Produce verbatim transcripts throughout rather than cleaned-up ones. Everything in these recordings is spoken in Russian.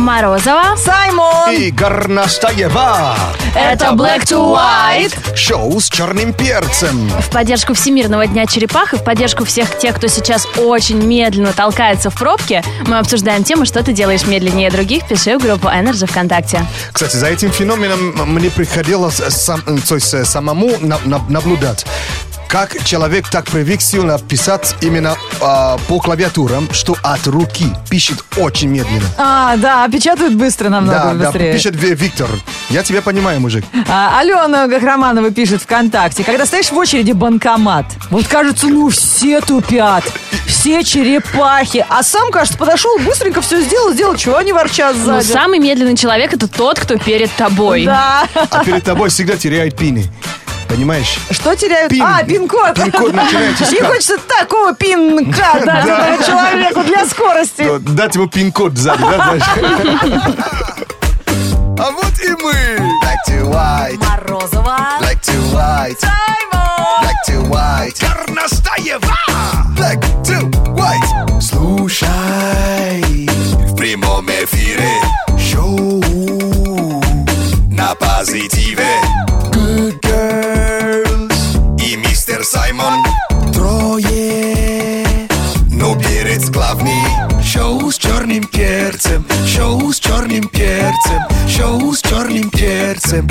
Морозова, Саймон и Горностаева. Это Black to White. Шоу с черным перцем. В поддержку Всемирного дня черепах и в поддержку всех тех, кто сейчас очень медленно толкается в пробке, мы обсуждаем тему, что ты делаешь медленнее других. Пиши в группу Energy ВКонтакте. Кстати, за этим феноменом мне приходилось сам, то есть, самому на, на, наблюдать. Как человек так привык сильно писать именно э, по клавиатурам, что от руки пишет очень медленно. А, да, печатают быстро, намного да, быстрее. Да, пишет Виктор. Я тебя понимаю, мужик. А, Алена Гахраманова пишет ВКонтакте. Когда стоишь в очереди банкомат, вот кажется, ну все тупят, все черепахи. А сам, кажется, подошел, быстренько все сделал, сделал, чего они ворчат сзади. Ну, самый медленный человек — это тот, кто перед тобой. Да. А перед тобой всегда теряет пины. Понимаешь? Что теряют? Пин. А, пин-код. Пин-код начинает искать. Не хочется такого пин-кода дать человеку для скорости. Дать ему пин-код сзади, да, знаешь? А вот и мы. Black to white. Морозова. Black to white. Саймон. Black to white. Горностаева. Black to white. Слушай, в прямом эфире шоу на позитиве. Good girls и мистер Саймон. Трое, но перец главный. Шоу с черным перцем. Шоу с черным перцем. Шоу с черным перцем.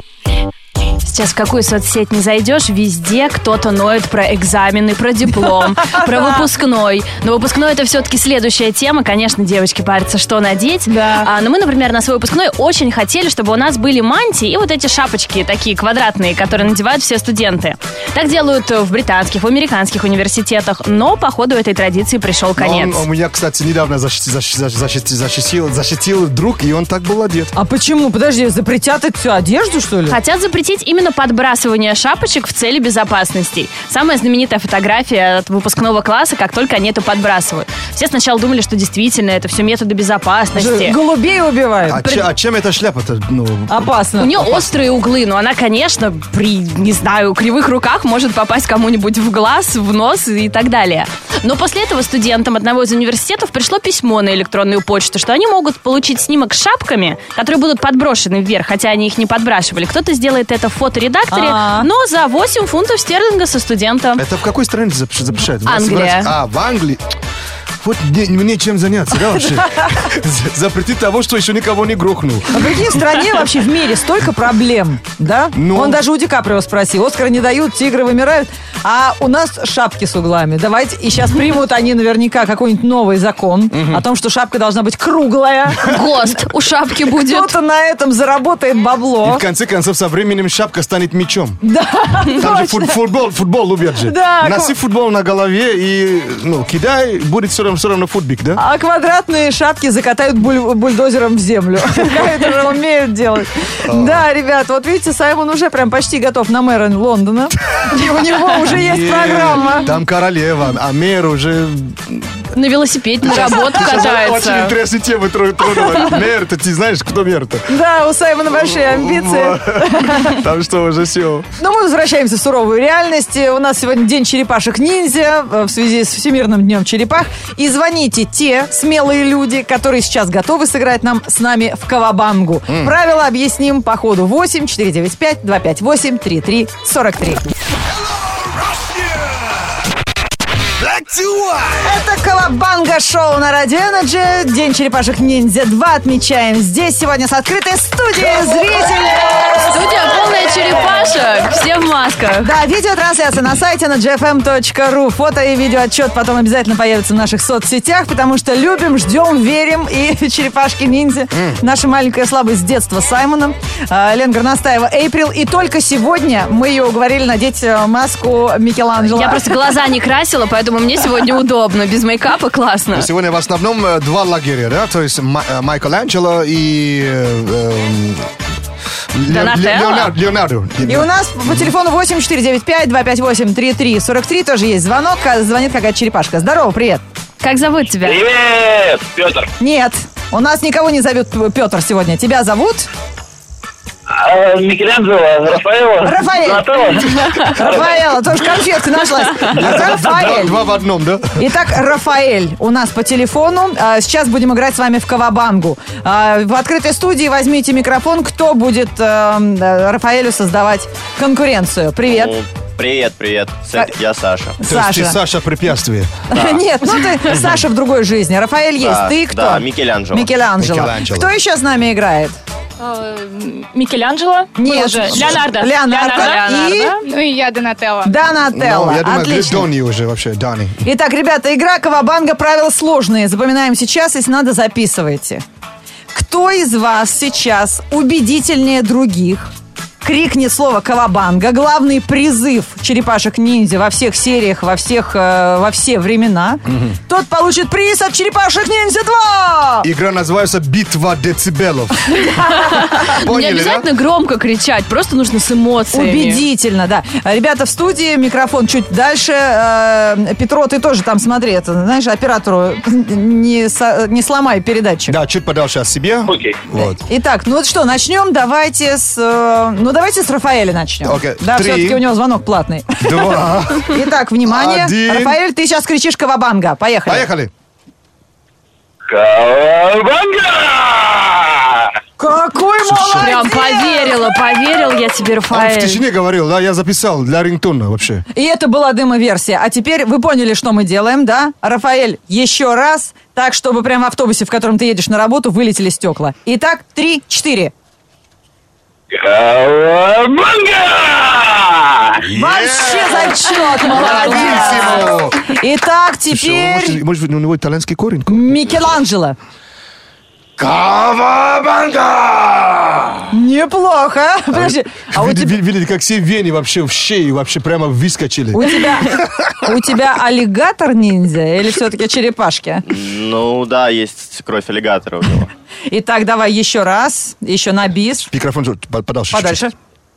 Сейчас в какую соцсеть не зайдешь, везде кто-то ноет про экзамены, про диплом, про выпускной. Но выпускной — это все-таки следующая тема. Конечно, девочки парятся, что надеть. Да. А, но мы, например, на свой выпускной очень хотели, чтобы у нас были мантии и вот эти шапочки такие квадратные, которые надевают все студенты. Так делают в британских, в американских университетах. Но, походу, этой традиции пришел конец. Он, у меня, кстати, недавно защитил, защитил, защитил, защитил друг, и он так был одет. А почему? Подожди, запретят эту одежду, что ли? Хотят запретить именно подбрасывание шапочек в цели безопасности. Самая знаменитая фотография от выпускного класса, как только они это подбрасывают. Все сначала думали, что действительно это все методы безопасности. Голубей убивают. А, че, а чем эта шляпа-то? Ну, Опасно. У нее острые углы, но она, конечно, при, не знаю, кривых руках может попасть кому-нибудь в глаз, в нос и так далее. Но после этого студентам одного из университетов пришло письмо на электронную почту, что они могут получить снимок с шапками, которые будут подброшены вверх, хотя они их не подбрасывали. Кто-то сделает это в фоторедакторе, А-а-а. но за восемь фунтов стерлинга со студента. это в какой стране запрещают? Англия. А, в Англии. Вот мне, мне чем заняться, да, вообще? Запретить того, что еще никого не грохнул. А в какой стране вообще в мире столько проблем, да? Ну. Он даже у Ди Каприо спросил. Оскара не дают, тигры вымирают. А у нас шапки с углами. Давайте, и сейчас примут они наверняка какой-нибудь новый закон о том, что шапка должна быть круглая. ГОСТ у шапки будет. Кто-то на этом заработает И бабло. в конце концов, со временем шапка станет мечом. Да, Там же точно. фут- футбол, футбол любят же. Да, Носи ку- футбол на голове и ну, кидай, будет все равно, все равно футбик, да? А квадратные шапки закатают буль- бульдозером в землю. Это же умеют делать. Да, ребят, вот видите, Саймон уже прям почти готов на мэра Лондона. И у него уже есть Нет, программа. Там королева, а мэр уже... На велосипеде на работу Ты сейчас очень катается. интересные темы тро- тронула. Мэр-то, ты знаешь, кто мэр-то? Да, у Саймона большие амбиции. Вот. Там что, уже все. Но мы возвращаемся в суровую реальность. У нас сегодня день черепашек-ниндзя в связи с Всемирным днем черепах. И звоните те смелые люди, которые сейчас готовы сыграть нам с нами в кавабангу. Mm. Правила объясним по ходу. восемь четыре девять пять два пять восемь три три сорок три. Это Кавабанга-шоу на Радио Energy. День черепашек-ниндзя два отмечаем здесь сегодня с открытой студией зрителей. Студия полная черепашек. Все в масках. Да, видеотрансляция на сайте energy эф эм точка ру. Фото и видеоотчет потом обязательно появится в наших соцсетях, потому что любим, ждем, верим. И черепашки-ниндзя. Mm. Наша маленькая слабость с детства с Саймоном. Лена Горностаева, Эйприл. И только сегодня мы ее уговорили надеть маску Микеланджело. Я просто глаза не красила, поэтому мне сегодня удобно. Без мейкапа классно. Сегодня в основном э, два лагеря, да? То есть Ма- э, Майкеланджело и... э, э, Донателло. Леонардо. Леонардо. И у нас по телефону восемь четыре девять пять два пять восемь три три сорок три тоже есть звонок. Звонит какая-то черепашка. Здорово, привет. Как зовут тебя? Привет, Петр. Нет, у нас никого не зовут Петр сегодня. Тебя зовут? А, Микеланджело, Рафаэло. Рафаэль. Рафаэло, тоже конфетка нашлась. Рафаэль. Два в одном, да? Итак, Рафаэль у нас по телефону. А, Сейчас будем играть с вами в кавабангу. А, В открытой студии возьмите микрофон. Кто будет э, Рафаэлю создавать конкуренцию? Привет. Ну, привет, привет. С- Я Саша. То есть ты Саша. Саша препятствие. Нет, ну ты Саша в другой жизни. Рафаэль есть. Да, Ты кто? да, Микеланджело. Микеланджело. Микеланджело. Кто еще с нами играет? Микеланджело? Нет. Уже. Леонардо. Леонардо. И Ну и я Донателло. Донателло. Ну, я думаю, где Отлично. Донни уже вообще, Донни. Итак, ребята, игра кавабанга, правила сложные. Запоминаем сейчас, если надо, записывайте. Кто из вас сейчас убедительнее других крикнет слово «кавабанга», главный призыв черепашек-ниндзя во всех сериях, во всех, э, во все времена, тот получит приз от черепашек-ниндзя два! Игра называется «Битва децибелов». Не Поняли, да? обязательно громко кричать, просто нужно с эмоциями. Убедительно, да. Ребята в студии, микрофон чуть дальше. Э, Петро, ты тоже там смотри, это, знаешь, оператору не, со- не сломай передатчик. Да, чуть подальше от себя. Окей. Вот. Итак, ну вот что, начнем. Давайте с... э, Ну, давайте с Рафаэля начнем. Окей, Да, три. все-таки у него звонок платный. Два. Итак, внимание. Один. Рафаэль, ты сейчас кричишь «кавабанга». Поехали. Поехали. Кавабанга! Какой молодец! Прям поверила, поверил я тебе, Он в Рафаэль. тишине говорил, да, я записал для рингтона вообще. И это была демо-версия. А теперь вы поняли, что мы делаем, да? Рафаэль, еще раз, так, чтобы прямо в автобусе, в котором ты едешь на работу, вылетели стекла. Итак, три, четыре. Кавабанга! Вообще зачет, молодец! Брависсимо! Итак, Слушай, теперь Может, может быть, у него итальянский корень? Микеланджело. Кавабанга! Неплохо. Подожди, а у Видите, тебя, видите, как все вены вообще в шее вообще прямо выскочили. у тебя, у тебя аллигатор ниндзя или все-таки черепашки? Ну да, есть кровь аллигатора у него. Итак, давай еще раз, еще на бис. Микрофон чуть подальше. Подальше.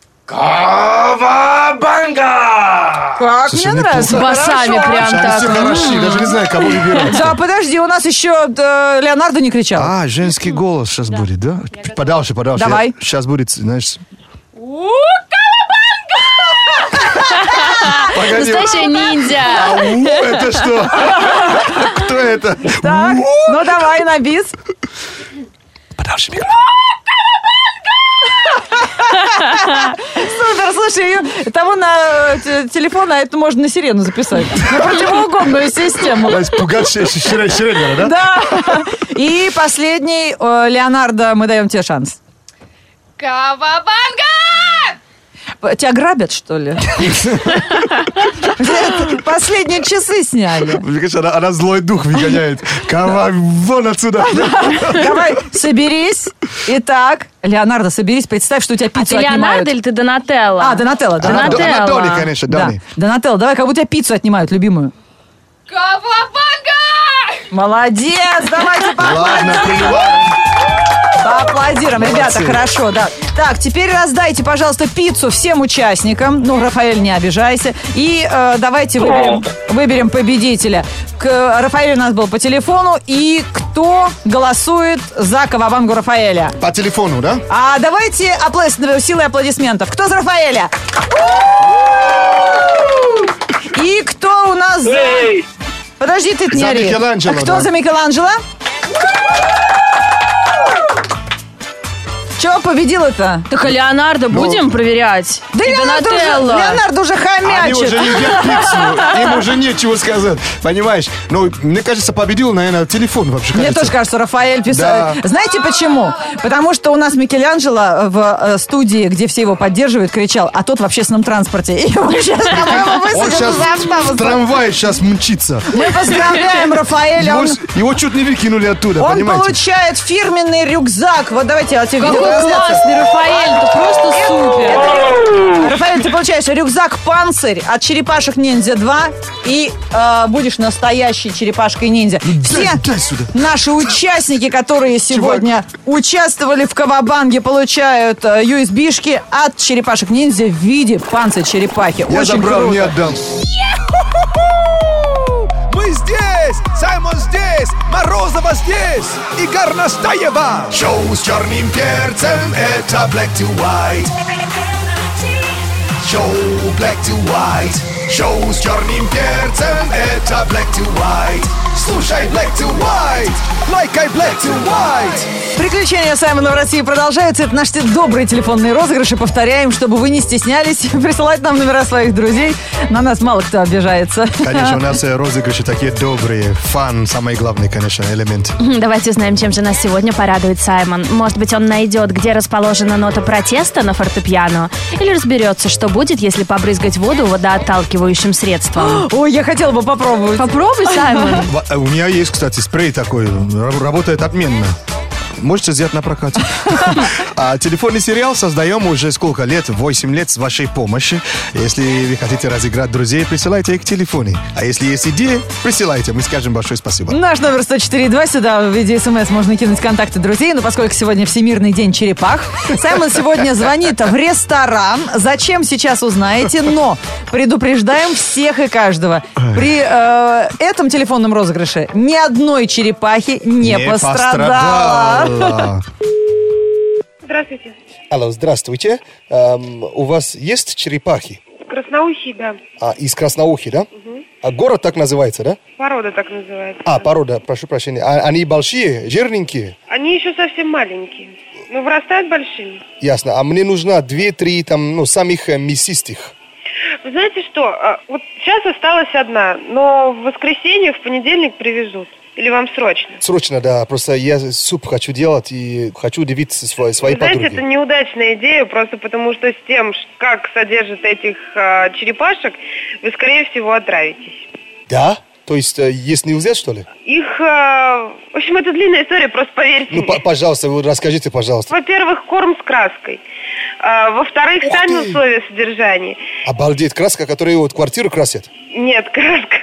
Кавабанга! Как Слушай, мне мне нравится. С басами Хорошо. прям Они так. все хороши, даже не знаю, кого выбирать. Да, подожди, у нас еще э, Леонардо не кричал. А, женский голос сейчас будет, да? Подальше, подальше. Давай. Сейчас будет, знаешь... Погоди. Настоящая ниндзя. Ау, это что? Кто это? Так, ну давай на бис. Подальше микрофон. Супер, слушай, того на э, телефон, а это можно на сирену записать. На противоугонную систему. Да, испугать Шрёдингера, да? Да. И последний, э, Леонардо, мы даем тебе шанс. Кавабанга! Тебя грабят, что ли? Последние часы сняли. Мне кажется, она, она злой дух выгоняет. Кава, вон отсюда. Давай, соберись. Итак, Леонардо, соберись, представь, что у тебя А пиццу ты отнимают. Леонардо или ты Донателло? А, Донателло, Она, Донателло. Донателло. она Дони, конечно, Да, Дони. Донателло, давай, как будто у тебя пиццу отнимают, любимую. Кавабанга! Молодец, давайте Ладно, поаплодируем. принимаем. Поаплодируем, ребята, Молодцы. хорошо, да. Так, теперь раздайте, пожалуйста, пиццу всем участникам. Ну, Рафаэль, не обижайся. И э, давайте выберем, выберем победителя. К, Рафаэль у нас был по телефону. И кто голосует за кавабангу Рафаэля? По телефону, да? А давайте аплодис- силой аплодисментов. Кто за Рафаэля? И кто у нас за... Эй! Подожди, ты не За ори. Микеланджело, Кто да. за Микеланджело? Чего победила-то? Так а Леонардо будем проверять? Да И Леонардо уже, Донателло. Леонардо уже Они хомячит. уже едят пиццу, им уже нечего сказать. Понимаешь? Но мне кажется, победил, наверное, телефон вообще. Мне кажется. тоже кажется, Рафаэль писал. Да. Знаете почему? Потому что у нас Микеланджело в э, студии, где все его поддерживают, кричал, а тот в общественном транспорте. И его сейчас, по-моему, Он высадят сейчас за в автобус. трамвае сейчас мчится. Мы поздравляем Рафаэля. Его, Он, его чуть не выкинули оттуда, он понимаете? получает фирменный рюкзак. Вот давайте я тебе Какой видеотрансляцию. классный Рафаэль, это просто супер. Рафаэль, ты получаешь рюкзак-панцирь от Черепашек-ниндзя два и э, будешь настоящей черепашкой-ниндзя. Все Дай, дай сюда. наши участники, которые сегодня участвовали в кавабанге, получают э, ю эс би-шки от Черепашек-ниндзя в виде панцирь черепахи. Я Очень забрал, круто. не отдам. Мы Мы здесь, Саймон здесь, Морозова здесь и Горностаева. Шоу с черным перцем, это Black to White. Шоу Black to White. Шоу с черным перцем, это Black to White. Слушай Black to White, лайкай Black to White. Приключения Саймона в России продолжаются. Это наши добрые телефонные розыгрыши. Повторяем, чтобы вы не стеснялись присылать нам номера своих друзей. На нас мало кто обижается. Конечно, у нас розыгрыши такие добрые. Фан, самый главный, конечно, элемент. Давайте узнаем, чем же нас сегодня порадует Саймон. Может быть, он найдет, где расположена нота протеста на фортепиано, или разберется, что будет, если побрызгать воду водоотталкивающим средством. Ой, я хотела бы попробовать. Попробуй, Саймон. У меня есть, кстати, спрей такой. Работает отменно. Можете взять на прокат. А телефонный сериал создаем уже сколько лет? восемь лет с вашей помощью. Если вы хотите разыграть друзей, присылайте их к телефону. А если есть идеи, присылайте. Мы скажем большое спасибо. Наш номер сто четыре два. Сюда в виде смс можно кинуть контакты друзей. Но поскольку сегодня Всемирный день черепах, Саймон сегодня звонит в ресторан. Зачем, сейчас узнаете. Но предупреждаем всех и каждого. При э, этом телефонном розыгрыше ни одной черепахи не, Не пострадало. пострадала. Здравствуйте. Алло, здравствуйте. Эм, у вас есть черепахи? Красноухий, да. А, из Красноухи, да? А город так называется, да? Порода так называется. А, порода, прошу прощения. А, они большие, жирненькие? Они еще совсем маленькие. Но вырастают большими. Ясно. А мне нужно две-три там, ну, самых э, мясистых. Вы знаете что? а, Вот сейчас осталась одна, но в воскресенье, в понедельник привезут. Или вам срочно? Срочно, да. Просто я суп хочу делать и хочу удивить свои, свои Вы знаете, подруги. это неудачная идея, просто потому что с тем, как содержат этих а, черепашек, вы, скорее всего, отравитесь. Да? То есть э, есть нельзя, что ли? Их, а, в общем, это длинная история, просто поверьте Ну, мне. по- пожалуйста, вы расскажите, пожалуйста. Во-первых, корм с краской. А, во-вторых, Ух сами ты! условия содержания. Обалдеть, краска, которая вот квартиру красит. Нет, краска.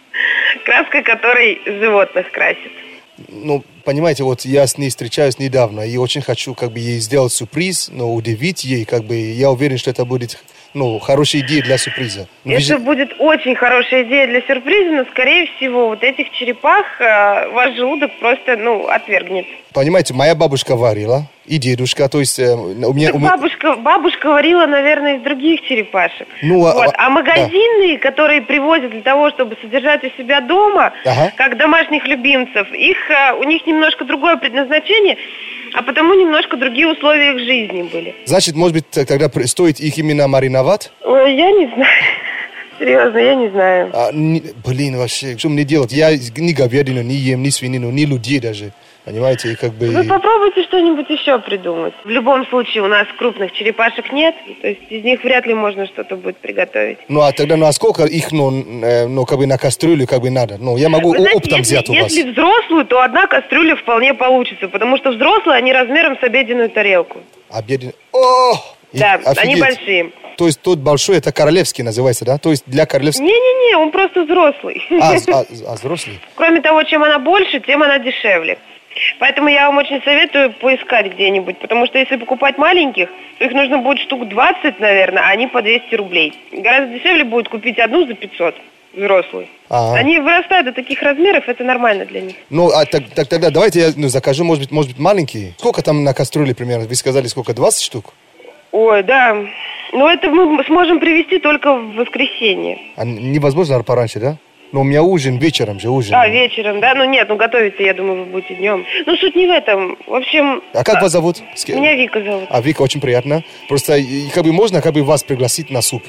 Краска, которой животных красит. Ну, понимаете, вот я с ней встречаюсь недавно, и очень хочу как бы ей сделать сюрприз, но удивить ей, как бы, я уверен, что это будет, ну, хорошая идея для сюрприза. Ну, вы Это же- будет очень хорошая идея для сюрприза, но, скорее всего, вот этих черепах э, ваш желудок просто, ну, отвергнет. Понимаете, моя бабушка варила, и дедушка, то есть э, у меня... Так у меня- бабушка, бабушка варила, наверное, из других черепашек. Ну, а- вот. а- а магазинные, которые привозят для того, чтобы содержать у себя дома, Ага. как домашних любимцев, их, э, у них немножко другое предназначение, а потому немножко другие условия их жизни были. Значит, может быть, т- тогда при- стоит их именно мариновать? Ой, я не знаю. Серьезно, я не знаю. А, не- блин, вообще, что мне делать? Я ни говядину не ем, ни свинину, ни людей даже. Понимаете, и как бы... Вы попробуйте что-нибудь еще придумать. В любом случае у нас крупных черепашек нет, то есть из них вряд ли можно что-то будет приготовить. Ну, а тогда, ну, а сколько их, ну, э, ну, как бы на кастрюлю, как бы надо? Ну, я могу Вы знаете, оптом если, взять у вас. если взрослую, то одна кастрюля вполне получится, потому что взрослые, они размером с обеденную тарелку. Обеден... О! И- Да, офигеть. они большие. То есть тот большой, это королевский называется, да? То есть для королевского... Не-не-не, он просто взрослый. А, а, а взрослый? Кроме того, чем она больше, тем она дешевле. Поэтому я вам очень советую поискать где-нибудь, потому что если покупать маленьких, то их нужно будет штук двадцать, наверное, а они по двести рублей. Гораздо дешевле будет купить одну за пятьсот, взрослую. Ага. Они вырастают до таких размеров, это нормально для них. Ну, а так, так тогда давайте я ну, закажу, может быть, может быть, маленькие. Сколько там на кастрюле примерно? Вы сказали, сколько? двадцать штук? Ой, да. Но это мы сможем привезти только в воскресенье. А невозможно пораньше, да? Но у меня ужин вечером же, ужин. А, вечером, да? Ну нет, ну готовиться, я думаю, вы будете днем. Ну, суть не в этом. В общем... А как вас зовут? С кем? Меня Вика зовут. А, Вика, очень приятно. Просто и, как бы можно как бы вас пригласить на суп.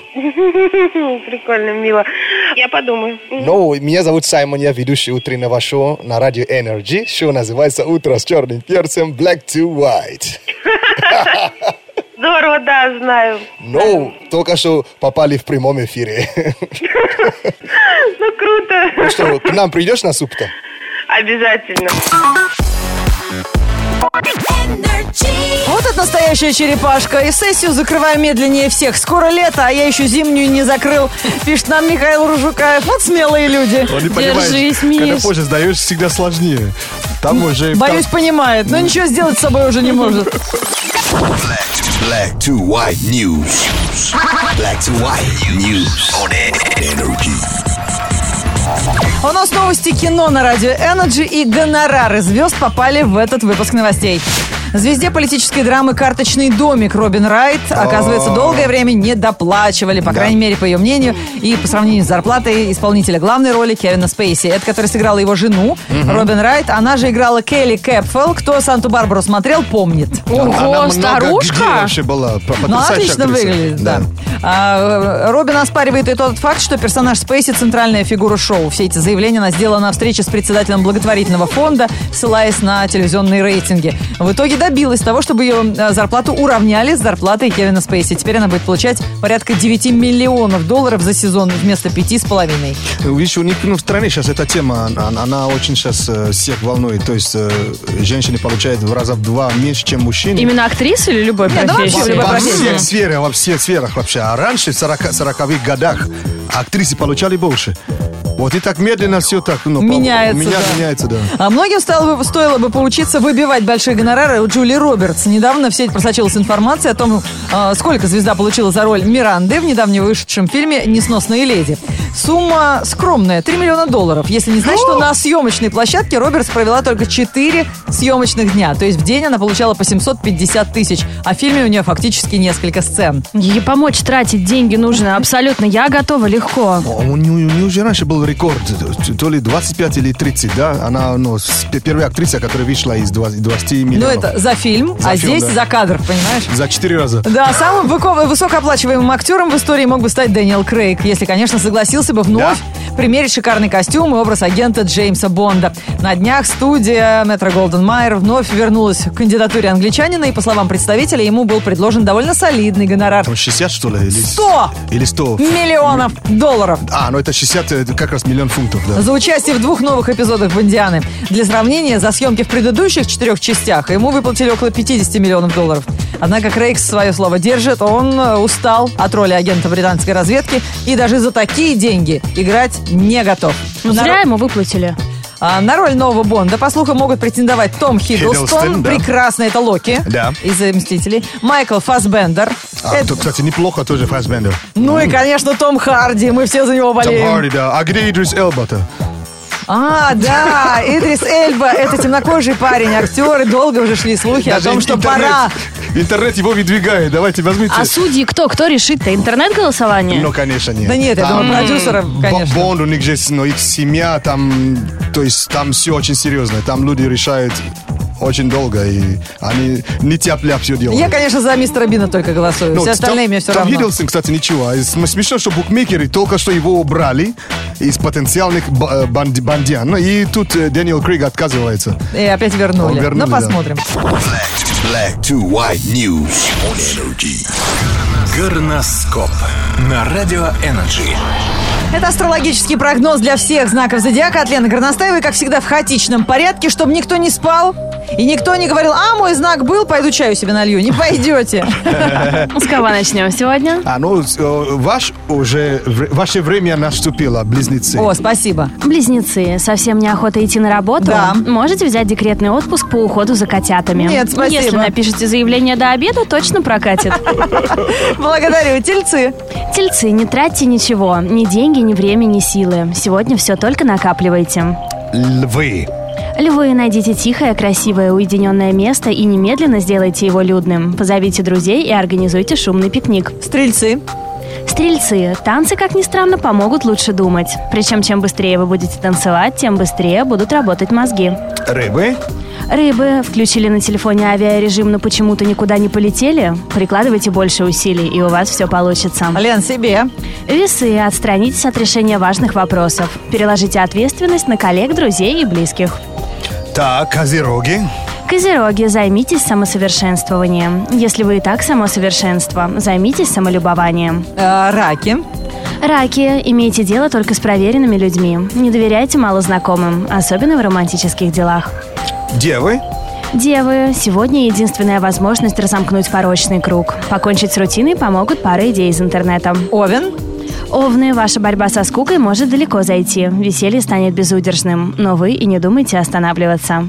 Прикольно, мило. Я подумаю. Ну, меня зовут Саймон, я ведущий утреннего шоу на радио Energy. Шоу называется «Утро с черным перцем Black to White». Здорово, да, знаю. Ну, только что попали в прямом эфире. Ну, круто. Ну что, к нам придешь на суп-то? Обязательно. Вот это настоящая черепашка. И сессию закрываю медленнее всех. Скоро лето, а я еще зимнюю не закрыл. Пишет нам Михаил Ружукаев. Вот смелые люди. Он не Держись, понимает, когда Миш. позже сдаешь, всегда сложнее. Там уже... Боюсь, понимает. Но ничего сделать с собой уже не может. Black to white news. Black to white news on energy. У нас новости кино на радио Energy, и гонорары звезд попали в этот выпуск новостей. Звезде политической драмы «Карточный домик» Робин Райт, оказывается, долгое время не доплачивали, по крайней мере, по ее мнению, и по сравнению с зарплатой исполнителя главной роли Кевина Спейси. Это, которая сыграла его жену, Робин Райт. Она же играла Келли Кэпфелл. Кто «Санту-Барбару» смотрел, помнит. Ого, старушка! вообще была. Ну, отлично выглядит, да. А, Робин оспаривает и тот факт, что персонаж Спейси – центральная фигура шоу. Все эти заявления она сделала на встрече с председателем благотворительного фонда, ссылаясь на телевизионные рейтинги. В итоге добилась того, чтобы ее зарплату уравняли с зарплатой Кевина Спейси. Теперь она будет получать порядка девять миллионов долларов за сезон вместо пяти с половиной. Видишь, у них ну, в стране сейчас эта тема, она, она очень сейчас э, всех волнует. То есть э, женщины получают в раза в два меньше, чем мужчины. Именно актрисы или любой Нет, да профессии? вообще любой Во профессии. всех сферах, во всех сферах вообще. А раньше, в сороковых годах, актрисы получали больше. Вот и так медленно все так, ну, Меняется, меня, да. меняется, да. А многим стало бы, стоило бы поучиться выбивать большие гонорары у Джули Робертс. Недавно в сеть просочилась информация о том, э, сколько звезда получила за роль Миранды в недавно вышедшем фильме «Несносные леди». Сумма скромная – три миллиона долларов. Если не знать, что на съемочной площадке Робертс провела только четыре съемочных дня. То есть в день она получала по семьсот пятьдесят тысяч. А в фильме у нее фактически несколько сцен. Ей помочь тратить деньги нужно абсолютно. Я готова легко. У нее, у нее уже раньше был рекорд, то ли двадцать пять или тридцать, да? Она, ну, первая актриса, которая вышла из двадцати миллионов. Ну, это за фильм, За а фильм, здесь да. за кадр, понимаешь? За четыре раза. Да, самым выко- высокооплачиваемым актером в истории мог бы стать Дэниел Крейг, если, конечно, согласился бы вновь примерить шикарный костюм и образ агента Джеймса Бонда. На днях студия Метро Голден Майер вновь вернулась к кандидатуре англичанина, и, по словам представителя, ему был предложен довольно солидный гонорар. Там шестьдесят, что ли? Или... сто Или сто. миллионов долларов. А, ну это шестьдесят, это как раз миллион фунтов, да. За участие в двух новых эпизодах «Бондианы». Для сравнения, за съемки в предыдущих четырех частях ему выплатили около пятьдесят миллионов долларов. Однако Крейг свое слово держит. Он устал от роли агента британской разведки и даже за такие деньги играть не готов. Ну, На зря ро- ему выплатили. А, на роль нового Бонда, по слухам, могут претендовать Том Хиддлстон, Хиддлстон, да. прекрасно, это Локи Да. из «Мстителей», Майкл Фассбендер. А, Это- тут, кстати, неплохо тоже Фассбендер. Ну и, конечно, Том Харди, мы все за него Том болеем. Харди, да. А где Идрис Элба-то? А, да, Идрис Эльба, это темнокожий парень, актер, и долго уже шли слухи о Даже том, что интернет- пора. Интернет его выдвигает. Давайте возьмите. А судьи кто? Кто решит-то? Интернет-голосование? Ну, конечно, нет. Да нет, я Там думаю, продюсеров, Бо- конечно. Бонд, у них же, ну, их семья, там, то есть там все очень серьезно. Там люди решают очень долго, и они не тяп-ляп все делают. Я, конечно, за мистера Бина только голосую. Ну, Все остальные Том- мне все Том равно. Хиддлстон, кстати, ничего. И см- Смешно, что букмекеры только что его убрали из потенциальных б- э, банди- бандиан. Ну, и тут э, Дэниел Крейг отказывается. И опять вернули. Он вернули, ну, да. посмотрим. Black to white news on Energy. Горноскоп на радио Energy. Это астрологический прогноз для всех знаков зодиака от Лены Горностаевой, как всегда, в хаотичном порядке, чтобы никто не спал и никто не говорил: а, мой знак был, пойду чаю себе налью. Не пойдете. С кого начнем сегодня? А, ну, э, ваш уже, вре- ваше время наступило, близнецы. О, спасибо. Близнецы, совсем неохота идти на работу? Да. Можете взять декретный отпуск по уходу за котятами. Нет, спасибо. Если напишите заявление до обеда, точно прокатит. Благодарю. Тельцы. Тельцы, не тратьте ничего. Ни деньги, ни время, ни силы. Сегодня все только накапливайте. Львы. Львы, найдите тихое, красивое, уединенное место и немедленно сделайте его людным. Позовите друзей и организуйте шумный пикник. Стрельцы. Стрельцы, танцы, как ни странно, помогут лучше думать. Причем, чем быстрее вы будете танцевать, тем быстрее будут работать мозги. Рыбы. Рыбы, включили на телефоне авиарежим, но почему-то никуда не полетели? Прикладывайте больше усилий, и у вас все получится. Лен, себе. Весы, отстранитесь от решения важных вопросов. Переложите ответственность на коллег, друзей и близких. Так, козероги. Козероги, займитесь самосовершенствованием. Если вы и так само совершенство, займитесь самолюбованием. Э, раки. Раки, имейте дело только с проверенными людьми. Не доверяйте малознакомым, особенно в романтических делах. Девы. Девы, сегодня единственная возможность разомкнуть порочный круг. Покончить с рутиной помогут пары идей из интернета. Овен. Овны, ваша борьба со скукой может далеко зайти. Веселье станет безудержным, но вы и не думайте останавливаться.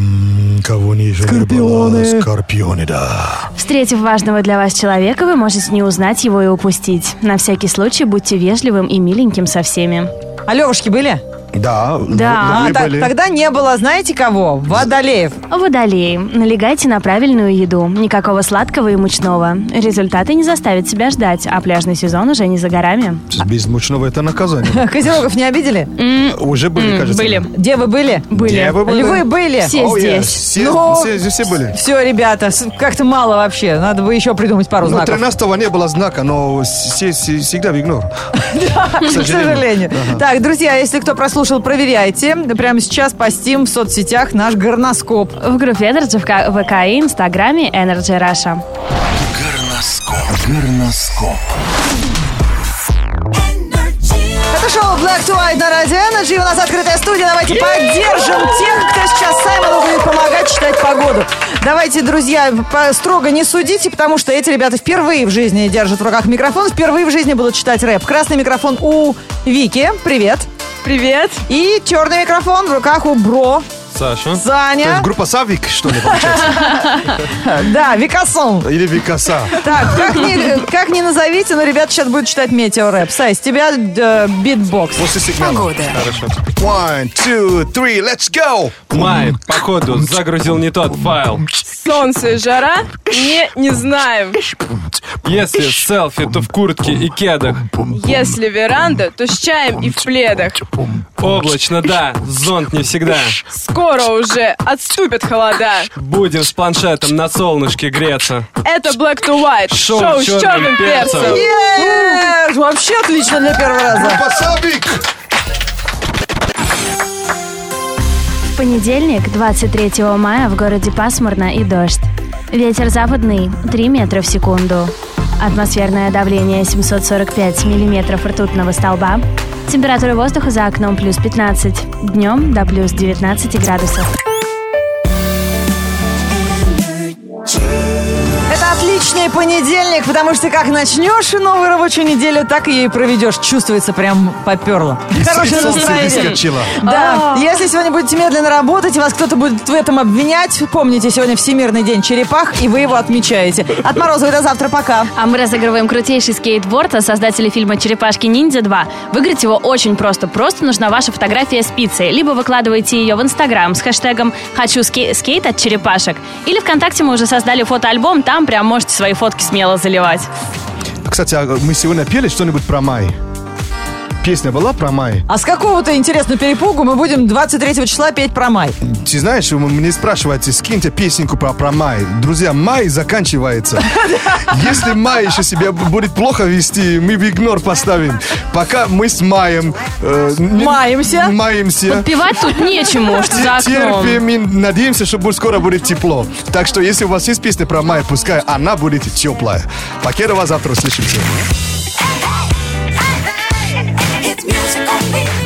Кого ниже Скорпионы. Скорпионы, да. Встретив важного для вас человека, вы можете не узнать его и упустить. На всякий случай будьте вежливым и миленьким со всеми. А Левушки были? Да, Да. вы А, та- были. тогда не было, знаете кого? Водолеев. Водолеи. Налегайте на правильную еду. Никакого сладкого и мучного. Результаты не заставят себя ждать, а пляжный сезон уже не за горами. Без мучного это наказание. Козерогов не обидели? Уже были, кажется. Были. Девы были? Были. Девы были. Львы были? Все Oh, yes. здесь. Все, Ну, все, все были. Все, ребята, с- как-то мало вообще. Надо бы еще придумать пару Ну, знаков. тринадцатого не было знака, но все, все- всегда в игнор. К сожалению. Так, друзья, если кто прослушал, проверяйте. Прямо сейчас постим в соцсетях наш горноскоп. В группе Energy в К- ВК и Инстаграме Energy Russia. Горноскоп. Горноскоп. Это шоу Black to White на Радио Energy. У нас открытая студия. Давайте поддержим тех, кто сейчас Саймону будет помогать читать погоду. Давайте, друзья, по- строго не судите, потому что эти ребята впервые в жизни держат в руках микрофон, впервые в жизни будут читать рэп. Красный микрофон у Вики. Привет. Привет. И черный микрофон в руках у Бро. Саша. То есть Саня. группа Савик, что ли, получается? Да, Викасон. Или Викаса? Так, как ни, как ни назовите, но ребята сейчас будут читать метеорэп. Сай, с тебя э, битбокс. После сигнала. Хорошо. One, two, three, let's go! Май, походу, загрузил не тот файл. Солнце и жара? Не, не знаем. Если селфи, то в куртке и кедах. Если веранда, то с чаем и в пледах. Облачно, да, зонт не всегда. Скоро уже отступят холода. Будем с планшетом на солнышке греться. Это Black to White. Шоу Шоу, с с черным черным перцем. перцем. Е-е-е! Вообще отлично для первого раза. Группа Савик! В понедельник, двадцать третьего мая, в городе пасмурно и дождь. Ветер западный три метра в секунду. Атмосферное давление семьсот сорок пять миллиметров ртутного столба. Температура воздуха за окном плюс пятнадцать. Днем до плюс девятнадцать градусов. Это отличный понедельник, потому что как начнешь новую рабочую неделю, так и ее проведешь. Чувствуется прям поперло. Хорошее Солнце настроение. выскочило. Да, если сегодня будете медленно работать, и вас кто-то будет в этом обвинять, помните, сегодня Всемирный день черепах, и вы его отмечаете. От Морозова до завтра, пока. А мы разыгрываем крутейший скейтборд от создателей фильма «Черепашки-ниндзя два». Выиграть его очень просто. Просто нужна ваша фотография с пиццей. Либо выкладываете ее в Инстаграм с хэштегом «Хочу ски- скейт от черепашек». Или ВКонтакте мы уже создали фотоальбом, там прям можете свои фотки смело заливать. Кстати, а мы сегодня пели что-нибудь про май? Песня была про май? А с какого-то интересного перепугу мы будем двадцать третьего числа петь про май? Ты знаешь, вы мне спрашиваете, скиньте песенку про, про май. Друзья, май заканчивается. Если май еще себя будет плохо вести, мы в игнор поставим. Пока мы с маем... э, не- Маемся? Маемся. Певать тут нечему, что за окном. Терпим и надеемся, что будет- скоро будет тепло. Так что, если у вас есть песня про май, пускай она будет теплая. Покедова, завтра услышимся. It's music only.